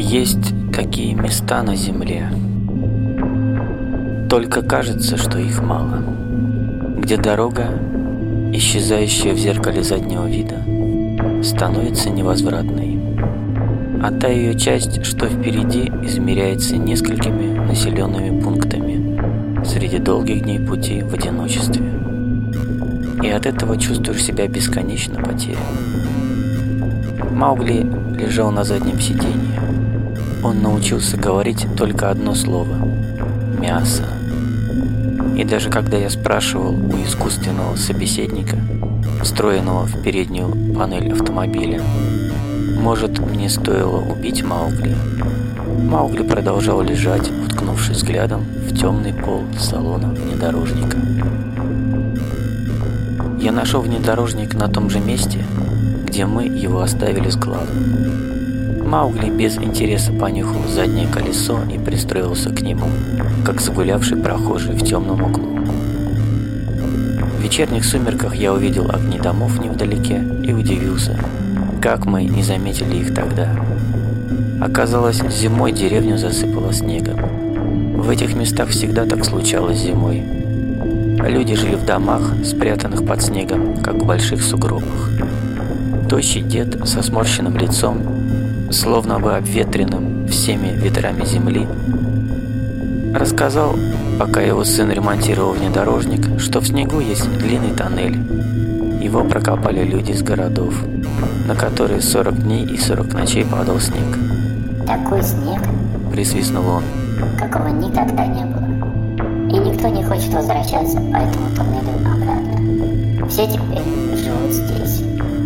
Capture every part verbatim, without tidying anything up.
Есть такие места на земле, только кажется, что их мало, где дорога, исчезающая в зеркале заднего вида, становится невозвратной, а та ее часть, что впереди, измеряется несколькими населенными пунктами среди долгих дней пути в одиночестве. И от этого чувствуешь себя бесконечно потерянным. Маугли лежал на заднем сиденье. Он научился говорить только одно слово – мясо. И даже когда я спрашивал у искусственного собеседника, встроенного в переднюю панель автомобиля, может, мне стоило убить Маугли, Маугли продолжал лежать, уткнувшись взглядом в темный пол салона внедорожника. Я нашел внедорожник на том же месте, где мы его оставили с кладом. Маугли без интереса понюхал заднее колесо и пристроился к нему, как загулявший прохожий в темном углу. В вечерних сумерках я увидел огни домов невдалеке и удивился, как мы не заметили их тогда. Оказалось, зимой деревню засыпало снегом. В этих местах всегда так случалось зимой. Люди жили в домах, спрятанных под снегом, как в больших сугробах. Тощий дед со сморщенным лицом, словно бы обветренным всеми ветрами земли, рассказал, пока его сын ремонтировал внедорожник, что в снегу есть длинный тоннель. Его прокопали люди из городов, на которые сорок дней и сорок ночей падал снег. «Такой снег?» – присвистнул он. «Какого никогда не было. И никто не хочет возвращаться по этому тоннелю обратно. Все теперь живут здесь».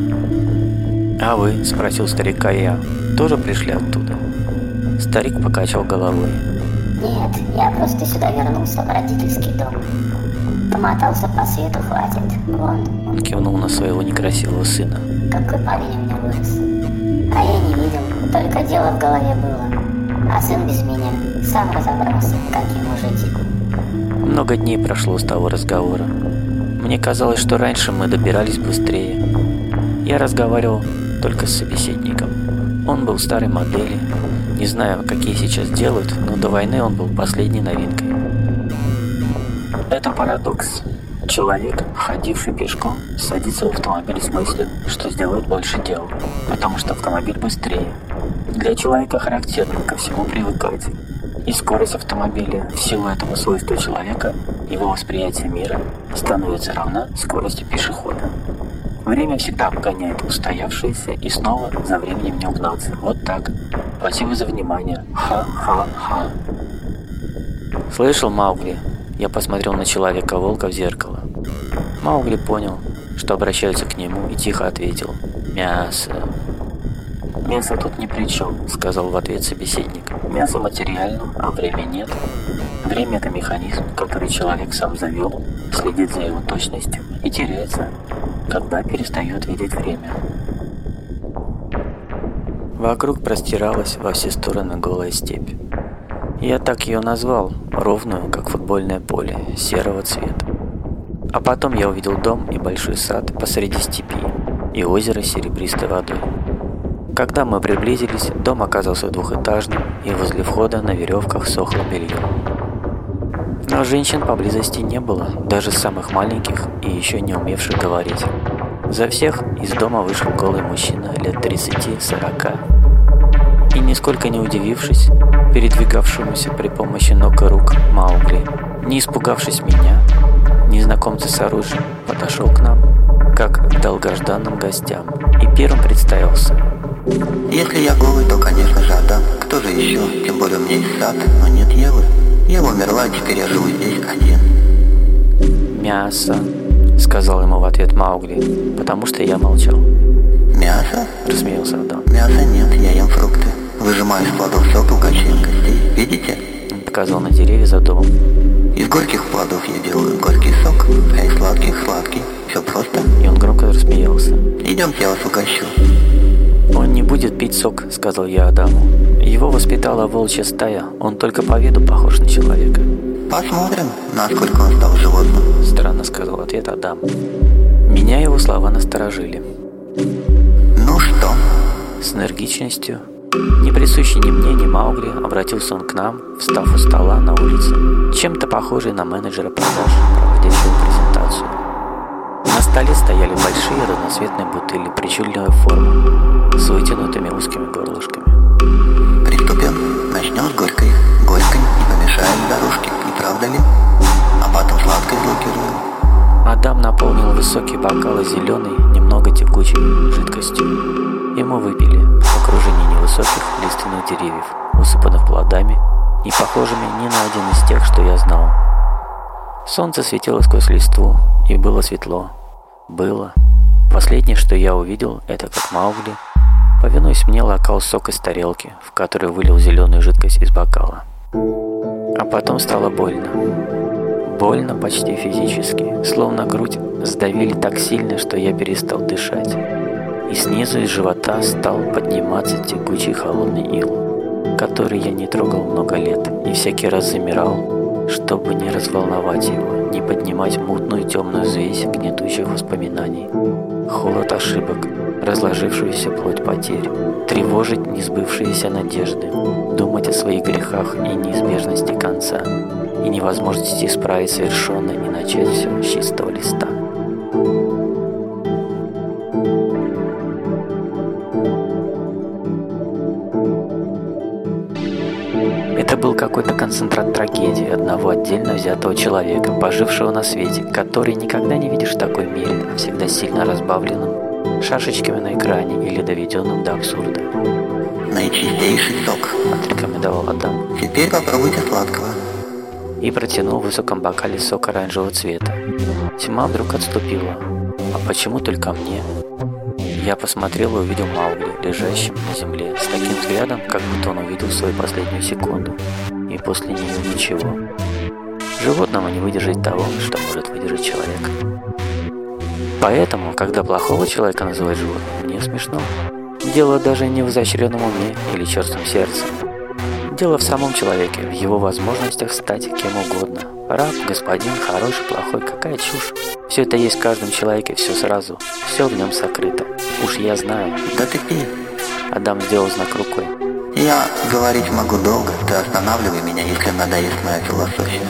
«А вы?» – спросил старика я. «Тоже пришли оттуда?» Старик покачал головой. «Нет, я просто сюда вернулся в родительский дом. Помотался по свету, хватит. Вон». Он кивнул на своего некрасивого сына. «Какой парень у меня вырос. А я не видел, только дело в голове было. А сын без меня сам разобрался, как ему жить». Много дней прошло с того разговора. Мне казалось, что раньше мы добирались быстрее. Я разговаривал только с собеседником. Он был старой модели. Не знаю, какие сейчас делают, но до войны он был последней новинкой. Это парадокс. Человек, ходивший пешком, садится в автомобиль с мыслью, что сделает больше дел, потому что автомобиль быстрее. Для человека характерно ко всему привыкать. И скорость автомобиля, в силу этого свойства человека, его восприятие мира, становится равна скорости пешехода. Время всегда обгоняет устоявшееся и снова за временем не угнаться. Вот так. Спасибо за внимание. Ха-ха-ха. Слышал, Маугли? Я посмотрел на Человека-волка в зеркало. Маугли понял, что обращаются к нему, и тихо ответил: «Мясо». «Мясо тут ни при чем», — сказал в ответ собеседник. «Мясо материально, а время нет. Время — это механизм, который человек сам завел, следит за его точностью и теряется, когда перестает видеть время». Вокруг простиралась во все стороны голая степь. Я так ее назвал, ровную, как футбольное поле, серого цвета. А потом я увидел дом и большой сад посреди степи и озеро с серебристой водой. Когда мы приблизились, дом оказался двухэтажным, и возле входа на веревках сохло белье. Но женщин поблизости не было, даже самых маленьких и еще не умевших говорить. За всех из дома вышел голый мужчина лет тридцати-сорока. И, нисколько не удивившись передвигавшемуся при помощи ног и рук Маугли, не испугавшись меня, незнакомец с оружием подошел к нам, как к долгожданным гостям, и первым представился. «Если я голый, то, конечно же, Адам. Кто же еще? Тем более у меня есть сад, но нет Евы. Ева умерла, и теперь я живу здесь один». «Мясо», — сказал ему в ответ Маугли, потому что я молчал. «Мясо?» — рассмеялся Адам. «Мяса нет, я ем фрукты. Выжимаю из плодов сок и угощаю гостей. Видите?» Он показал на деревья за домом. «Из горьких плодов я делаю горький сок, а из сладких сладкий. Все просто». И он громко рассмеялся. «Идемте, я вас угощу». «Он не будет пить сок», — сказал я Адаму. «Его воспитала волчья стая, он только по виду похож на человека». «Посмотрим, насколько он стал животным», — странно сказал ответ Адам. Меня его слова насторожили. «Ну что?» С энергичностью Не присущий ни мне, ни Маугли, обратился он к нам, встав у стола на улице, чем-то похожий на менеджера продаж, проводящего презентацию. На столе стояли большие разноцветные бутыли причудливой формы с вытянутыми узкими горлышками. Приступим. Начнем с горькой. Горькой не помешает дорожке, не правда ли? А потом сладкой блокируем. Адам наполнил высокие бокалы зеленой, немного текучей жидкостью. И мы выпили в окружении невысоких лиственных деревьев, усыпанных плодами, не похожими ни на один из тех, что я знал. Солнце светило сквозь листву, и было светло. Было. Последнее, что я увидел, это как Маугли, повинуясь мне, лакал сок из тарелки, в которую вылил зеленую жидкость из бокала. А потом стало больно. Больно почти физически, словно грудь сдавили так сильно, что я перестал дышать. И снизу из живота стал подниматься тягучий холодный ил, который я не трогал много лет, и всякий раз замирал, чтобы не разволновать его, не поднимать мутную темную взвесь гнетущих воспоминаний, холод ошибок, разложившуюся плоть потерь, тревожить несбывшиеся надежды, думать о своих грехах и неизбежности конца, и невозможности исправить совершенное и начать все с чистого листа. Это был какой-то концентрат трагедии одного отдельно взятого человека, пожившего на свете, который никогда не видишь в такой мере, а всегда сильно разбавленным шашечками на экране или доведенным до абсурда. Наичистейший сок, отрекомендовал Адам. Теперь попробуйте сладкого. И протянул в высоком бокале сок оранжевого цвета. Тьма вдруг отступила. А почему только мне? Я посмотрел и увидел Маугли, лежащим на земле, с таким взглядом, как будто он увидел свою последнюю секунду. И после нее ничего. Животному не выдержать того, что может выдержать человек. Поэтому, когда плохого человека называют животным, мне смешно. Дело даже не в изощренном уме или черством сердце. Дело в самом человеке, в его возможностях стать кем угодно. Раб, господин, хороший, плохой, какая чушь. Все это есть в каждом человеке, все сразу. Все в нем сокрыто. Уж я знаю. Да ты пей. Адам сделал знак рукой. Я говорить могу долго, ты останавливай меня, если надоест моя философия.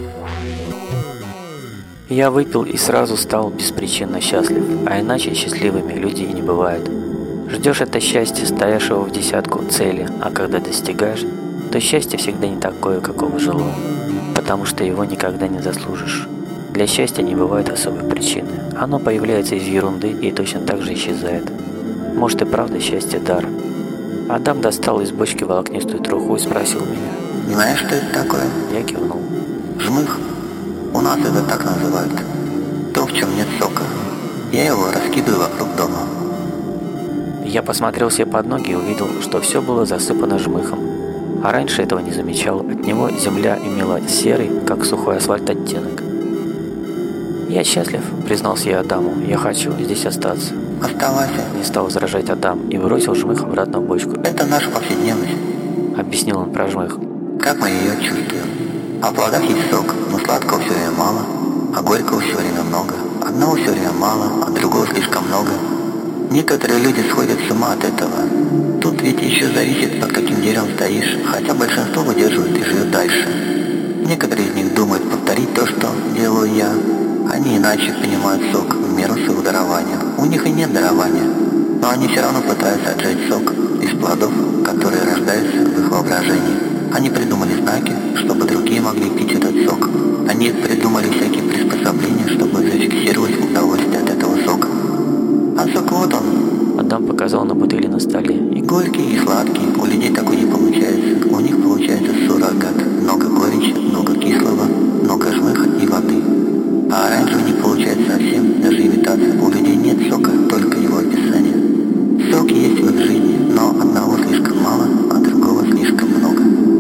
Я выпил и сразу стал беспричинно счастлив, а иначе счастливыми люди и не бывают. Ждешь это счастье, стоящего в десятку цели, а когда достигаешь, то счастье всегда не такое, какого желал, потому что его никогда не заслужишь. Для счастья не бывает особой причины. Оно появляется из ерунды и точно так же исчезает. Может и правда счастье дар. Адам достал из бочки волокнистую труху и спросил меня. Знаешь, что это такое? Я кивнул. Жмых. У нас это так называют. То, в чем нет сока. Я его раскидываю вокруг дома. Я посмотрел себе под ноги и увидел, что все было засыпано жмыхом. А раньше этого не замечал. От него земля имела серый, как сухой асфальт, оттенок. «Я счастлив», — признался я Адаму. «Я хочу здесь остаться». «Оставайся», — не стал возражать Адам и бросил жмых обратно в бочку. «Это наша повседневность», — объяснил он про жмых. «Как мы ее чувствуем? А в плодах есть сок, но сладкого все время мало, а горького все время много. Одного все время мало, а другого слишком много. Некоторые люди сходят с ума от этого. Тут ведь еще зависит, под каким деревом стоишь, хотя большинство выдерживает и живет дальше. Некоторые из них думают повторить то, что делаю я. Они иначе понимают сок в меру своего дарования. У них и нет дарования, но они все равно пытаются отжать сок из плодов, которые рождаются в их воображении. Они придумали знаки, чтобы другие могли пить этот сок. Они придумали всякие приспособления, чтобы зафиксировать удовольствие от этого сока. А сок вот он. Адам показал на бутыли на столе. И горький, и сладкий. У людей такой не получается. У них получается суррогат. Много горечи, много кислого, много жмыха и воды. А оранжевый не получается совсем, даже имитация. У людей нет сока, только его описание. Сок есть в их жизни, но одного слишком мало, а другого слишком много.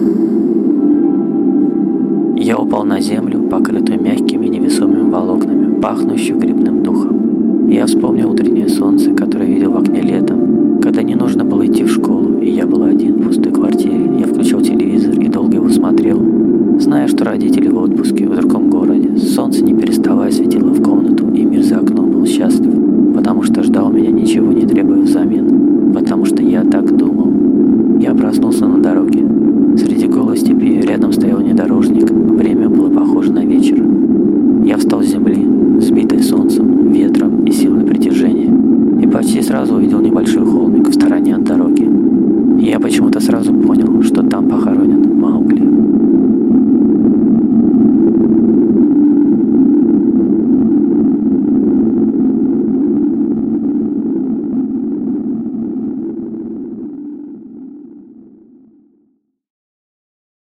Я упал на землю, покрытую мягкими невесомыми волокнами, пахнущую грибным духом. Я вспомнил утреннее солнце, которое видел в окне летом, когда не нужно было идти в школу, и я был один в пустой квартире. Я включил телевизор и долго его смотрел, зная, что родители в отпуске в другом городе. Солнце не переставая светило в комнату, и мир за окном был счастлив, потому что ждал меня, ничего не требуя взамен, потому что я так думал. степи рядом стоял внедорожник. Время было похоже на вечер. Я встал с земли, сбитый солнцем, ветром и силой притяжения, и почти сразу увидел небольшой холмик в стороне от дороги. Я почему-то сразу понял, что там похоронен Маугли.